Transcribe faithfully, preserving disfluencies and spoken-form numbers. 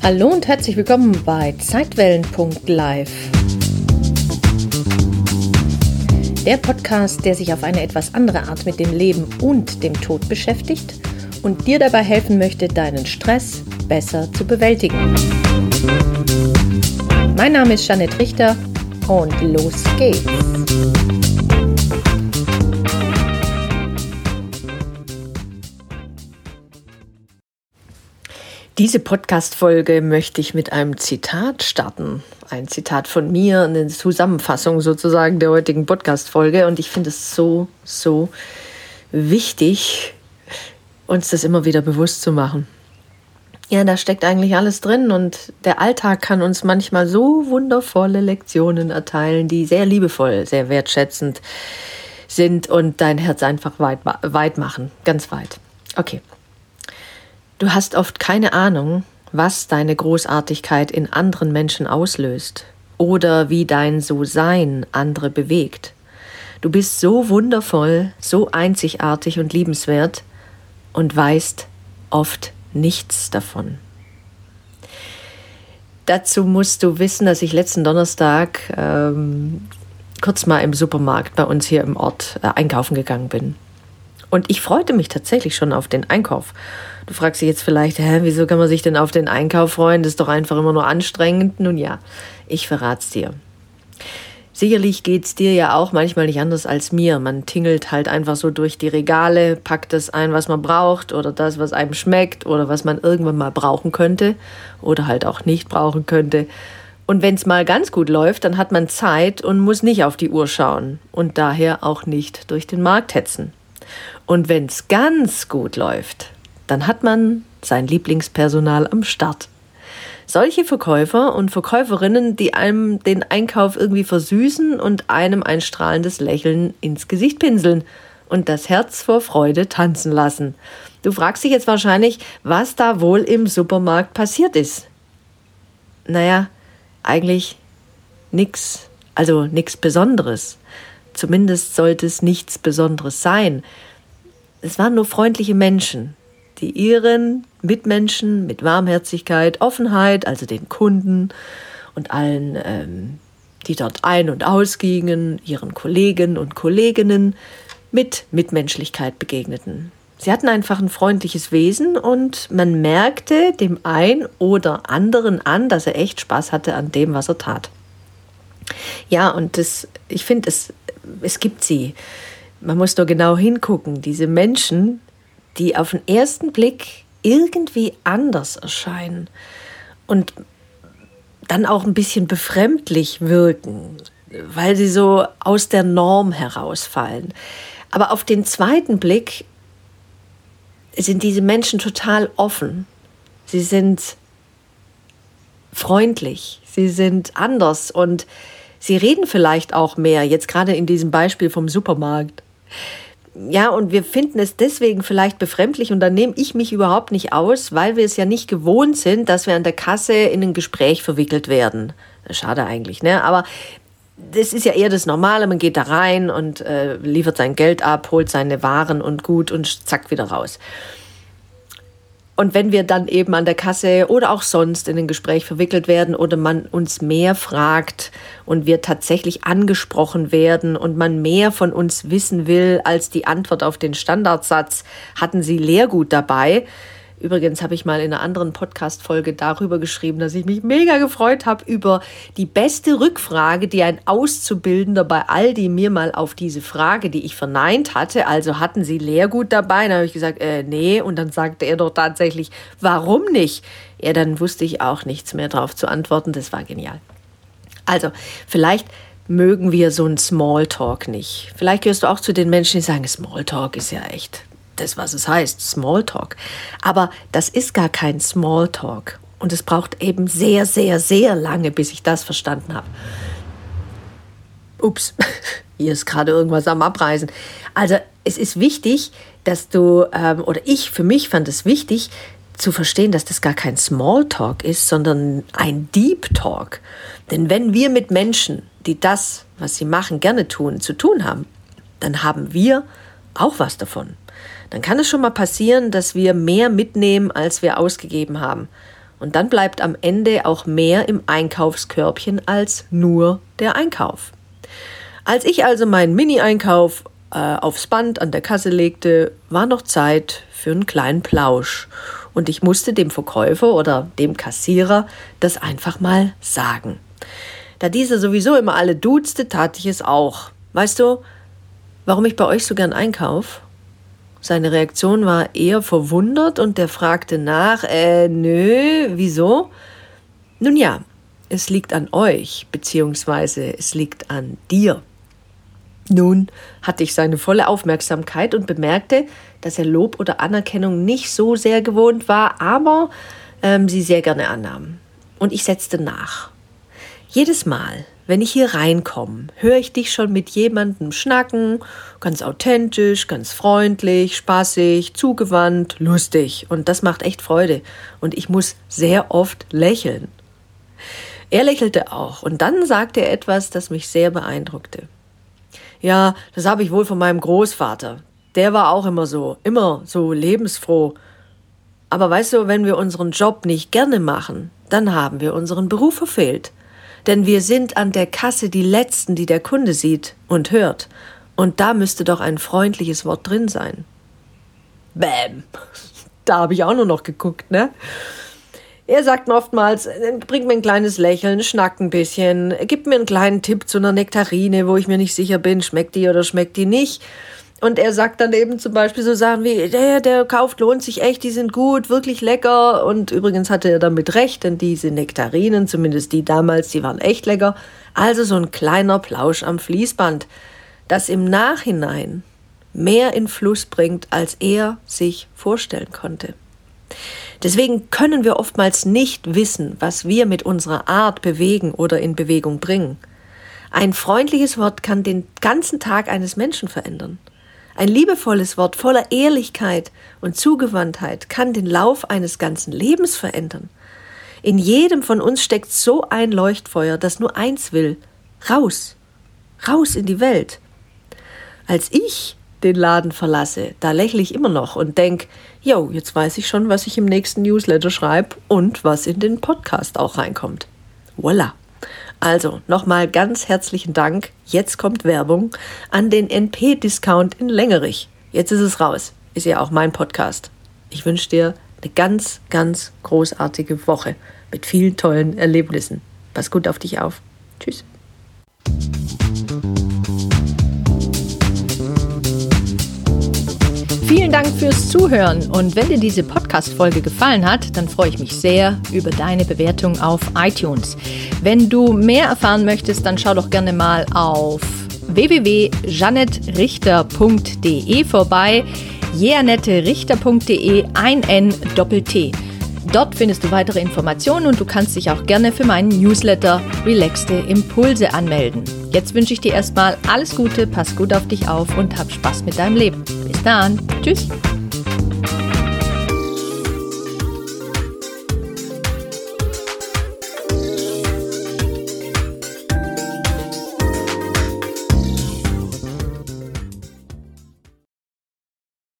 Hallo und herzlich willkommen bei Zeitwellen punkt live. Der Podcast, der sich auf eine etwas andere Art mit dem Leben und dem Tod beschäftigt und dir dabei helfen möchte, deinen Stress besser zu bewältigen. Mein Name ist Jeanette Richter und los geht's. Diese Podcast-Folge möchte ich mit einem Zitat starten. Ein Zitat von mir, eine Zusammenfassung sozusagen der heutigen Podcast-Folge. Und ich finde es so, so wichtig, uns das immer wieder bewusst zu machen. Ja, da steckt eigentlich alles drin und der Alltag kann uns manchmal so wundervolle Lektionen erteilen, die sehr liebevoll, sehr wertschätzend sind und dein Herz einfach weit, weit machen, ganz weit. Okay. Du hast oft keine Ahnung, was deine Großartigkeit in anderen Menschen auslöst oder wie dein So-Sein andere bewegt. Du bist so wundervoll, so einzigartig und liebenswert und weißt oft nichts davon. Dazu musst du wissen, dass ich letzten Donnerstag ähm, kurz mal im Supermarkt bei uns hier im Ort äh, einkaufen gegangen bin. Und ich freute mich tatsächlich schon auf den Einkauf. Du fragst dich jetzt vielleicht, hä, wieso kann man sich denn auf den Einkauf freuen? Das ist doch einfach immer nur anstrengend. Nun ja, ich verrat's dir. Sicherlich geht's dir ja auch manchmal nicht anders als mir. Man tingelt halt einfach so durch die Regale, packt das ein, was man braucht oder das, was einem schmeckt oder was man irgendwann mal brauchen könnte oder halt auch nicht brauchen könnte. Und wenn's mal ganz gut läuft, dann hat man Zeit und muss nicht auf die Uhr schauen und daher auch nicht durch den Markt hetzen. Und wenn's ganz gut läuft, dann hat man sein Lieblingspersonal am Start. Solche Verkäufer und Verkäuferinnen, die einem den Einkauf irgendwie versüßen und einem ein strahlendes Lächeln ins Gesicht pinseln und das Herz vor Freude tanzen lassen. Du fragst dich jetzt wahrscheinlich, was da wohl im Supermarkt passiert ist. Naja, eigentlich nix, also nichts Besonderes. Zumindest sollte es nichts Besonderes sein. Es waren nur freundliche Menschen, die ihren Mitmenschen mit Warmherzigkeit, Offenheit, also den Kunden und allen, ähm, die dort ein- und ausgingen, ihren Kollegen und Kolleginnen mit Mitmenschlichkeit begegneten. Sie hatten einfach ein freundliches Wesen und man merkte dem einen oder anderen an, dass er echt Spaß hatte an dem, was er tat. Ja, und das, ich finde, es, es gibt sie. Man muss nur genau hingucken. Diese Menschen, die auf den ersten Blick irgendwie anders erscheinen und dann auch ein bisschen befremdlich wirken, weil sie so aus der Norm herausfallen. Aber auf den zweiten Blick sind diese Menschen total offen. Sie sind freundlich, sie sind anders und sie reden vielleicht auch mehr, jetzt gerade in diesem Beispiel vom Supermarkt. Ja, und wir finden es deswegen vielleicht befremdlich und dann nehme ich mich überhaupt nicht aus, weil wir es ja nicht gewohnt sind, dass wir an der Kasse in ein Gespräch verwickelt werden. Schade eigentlich, ne? Aber das ist ja eher das Normale, man geht da rein und äh, liefert sein Geld ab, holt seine Waren und gut und zack, wieder raus. Und wenn wir dann eben an der Kasse oder auch sonst in ein Gespräch verwickelt werden oder man uns mehr fragt und wir tatsächlich angesprochen werden und man mehr von uns wissen will als die Antwort auf den Standardsatz, hatten Sie Leergut dabei? Übrigens habe ich mal in einer anderen Podcast-Folge darüber geschrieben, dass ich mich mega gefreut habe über die beste Rückfrage, die ein Auszubildender bei Aldi mir mal auf diese Frage, die ich verneint hatte, also hatten Sie Leergut dabei? Dann habe ich gesagt, äh, nee. Und dann sagte er doch tatsächlich, warum nicht? Ja, dann wusste ich auch nichts mehr drauf zu antworten. Das war genial. Also, vielleicht mögen wir so einen Smalltalk nicht. Vielleicht gehörst du auch zu den Menschen, die sagen, Smalltalk ist ja echt das, was es heißt, Smalltalk. Aber das ist gar kein Smalltalk. Und es braucht eben sehr, sehr, sehr lange, bis ich das verstanden habe. Ups, hier ist gerade irgendwas am Abreißen. Also es ist wichtig, dass du, ähm, oder ich, für mich fand es wichtig, zu verstehen, dass das gar kein Smalltalk ist, sondern ein Deep Talk. Denn wenn wir mit Menschen, die das, was sie machen, gerne tun, zu tun haben, dann haben wir auch was davon. Dann kann es schon mal passieren, dass wir mehr mitnehmen, als wir ausgegeben haben. Und dann bleibt am Ende auch mehr im Einkaufskörbchen als nur der Einkauf. Als ich also meinen Mini-Einkauf äh, aufs Band an der Kasse legte, war noch Zeit für einen kleinen Plausch. Und ich musste dem Verkäufer oder dem Kassierer das einfach mal sagen. Da dieser sowieso immer alle duzte, tat ich es auch. Weißt du, warum ich bei euch so gern einkaufe? Seine Reaktion war eher verwundert und der fragte nach, äh, nö, wieso? Nun ja, es liegt an euch, beziehungsweise es liegt an dir. Nun hatte ich seine volle Aufmerksamkeit und bemerkte, dass er Lob oder Anerkennung nicht so sehr gewohnt war, aber ähm, sie sehr gerne annahm. Und ich setzte nach. Jedes Mal, wenn ich hier reinkomme, höre ich dich schon mit jemandem schnacken, ganz authentisch, ganz freundlich, spaßig, zugewandt, lustig. Und das macht echt Freude. Und ich muss sehr oft lächeln. Er lächelte auch und dann sagte er etwas, das mich sehr beeindruckte. Ja, das habe ich wohl von meinem Großvater. Der war auch immer so, immer so lebensfroh. Aber weißt du, wenn wir unseren Job nicht gerne machen, dann haben wir unseren Beruf verfehlt. Denn wir sind an der Kasse die Letzten, die der Kunde sieht und hört. Und da müsste doch ein freundliches Wort drin sein. Bäm! Da habe ich auch nur noch geguckt, ne? Er sagt mir oftmals, bringt mir ein kleines Lächeln, schnackt ein bisschen, gibt mir einen kleinen Tipp zu einer Nektarine, wo ich mir nicht sicher bin, schmeckt die oder schmeckt die nicht. Und er sagt dann eben zum Beispiel so Sachen wie, der, der kauft, lohnt sich echt, die sind gut, wirklich lecker. Und übrigens hatte er damit recht, denn diese Nektarinen, zumindest die damals, die waren echt lecker. Also so ein kleiner Plausch am Fließband, das im Nachhinein mehr in Fluss bringt, als er sich vorstellen konnte. Deswegen können wir oftmals nicht wissen, was wir mit unserer Art bewegen oder in Bewegung bringen. Ein freundliches Wort kann den ganzen Tag eines Menschen verändern. Ein liebevolles Wort voller Ehrlichkeit und Zugewandtheit kann den Lauf eines ganzen Lebens verändern. In jedem von uns steckt so ein Leuchtfeuer, das nur eins will: raus, raus in die Welt. Als ich den Laden verlasse, da lächle ich immer noch und denke, jo, jetzt weiß ich schon, was ich im nächsten Newsletter schreibe und was in den Podcast auch reinkommt. Voila! Also, nochmal ganz herzlichen Dank, jetzt kommt Werbung, an den N P-Discount in Längerich. Jetzt ist es raus, ist ja auch mein Podcast. Ich wünsche dir eine ganz, ganz großartige Woche mit vielen tollen Erlebnissen. Pass gut auf dich auf. Tschüss. Vielen Dank fürs Zuhören und wenn dir diese Podcast-Folge gefallen hat, dann freue ich mich sehr über deine Bewertung auf iTunes. Wenn du mehr erfahren möchtest, dann schau doch gerne mal auf w w w punkt jeanette richter punkt d e vorbei, jeanette richter punkt d e, ein N, Doppel-T. Dort findest du weitere Informationen und du kannst dich auch gerne für meinen Newsletter Relaxte Impulse anmelden. Jetzt wünsche ich dir erstmal alles Gute, pass gut auf dich auf und hab Spaß mit deinem Leben. Bis dann. Tschüss.